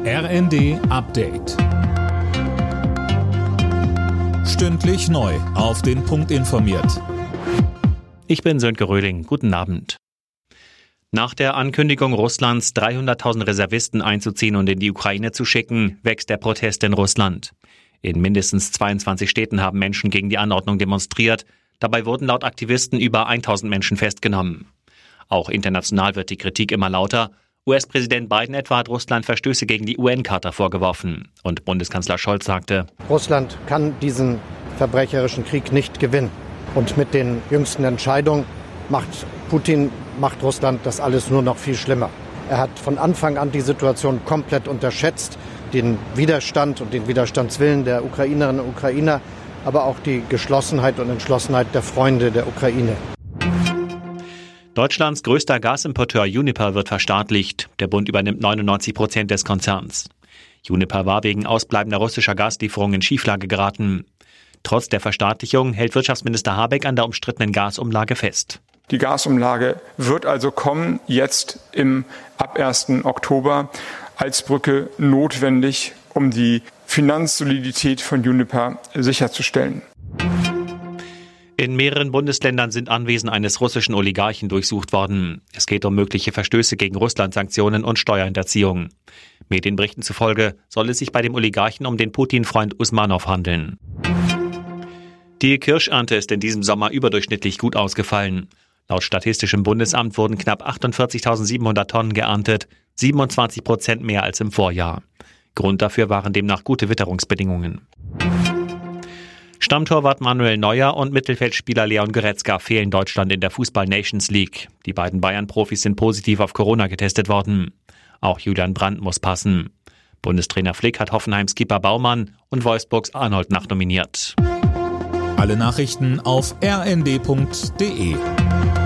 RND Update. Stündlich neu auf den Punkt informiert. Ich bin Sönke Röhling. Guten Abend. Nach der Ankündigung Russlands, 300.000 Reservisten einzuziehen und in die Ukraine zu schicken, wächst der Protest in Russland. In mindestens 22 Städten haben Menschen gegen die Anordnung demonstriert. Dabei wurden laut Aktivisten über 1.000 Menschen festgenommen. Auch international wird die Kritik immer lauter. US-Präsident Biden etwa hat Russland Verstöße gegen die UN-Charta vorgeworfen. Und Bundeskanzler Scholz sagte: Russland kann diesen verbrecherischen Krieg nicht gewinnen. Und mit den jüngsten Entscheidungen macht Russland das alles nur noch viel schlimmer. Er hat von Anfang an die Situation komplett unterschätzt, den Widerstand und den Widerstandswillen der Ukrainerinnen und Ukrainer, aber auch die Geschlossenheit und Entschlossenheit der Freunde der Ukraine. Deutschlands größter Gasimporteur Uniper wird verstaatlicht. Der Bund übernimmt 99% des Konzerns. Uniper war wegen ausbleibender russischer Gaslieferungen in Schieflage geraten. Trotz der Verstaatlichung hält Wirtschaftsminister Habeck an der umstrittenen Gasumlage fest. Die Gasumlage wird also kommen, jetzt ab 1. Oktober, als Brücke notwendig, um die Finanzsolidität von Uniper sicherzustellen. In mehreren Bundesländern sind Anwesen eines russischen Oligarchen durchsucht worden. Es geht um mögliche Verstöße gegen Russland-Sanktionen und Steuerhinterziehung. Medienberichten zufolge soll es sich bei dem Oligarchen um den Putin-Freund Usmanow handeln. Die Kirschernte ist in diesem Sommer überdurchschnittlich gut ausgefallen. Laut Statistischem Bundesamt wurden knapp 48.700 Tonnen geerntet, 27% mehr als im Vorjahr. Grund dafür waren demnach gute Witterungsbedingungen. Stammtorwart Manuel Neuer und Mittelfeldspieler Leon Goretzka fehlen Deutschland in der Fußball-Nations League. Die beiden Bayern-Profis sind positiv auf Corona getestet worden. Auch Julian Brandt muss passen. Bundestrainer Flick hat Hoffenheims Keeper Baumann und Wolfsburgs Arnold nachnominiert. Alle Nachrichten auf rnd.de.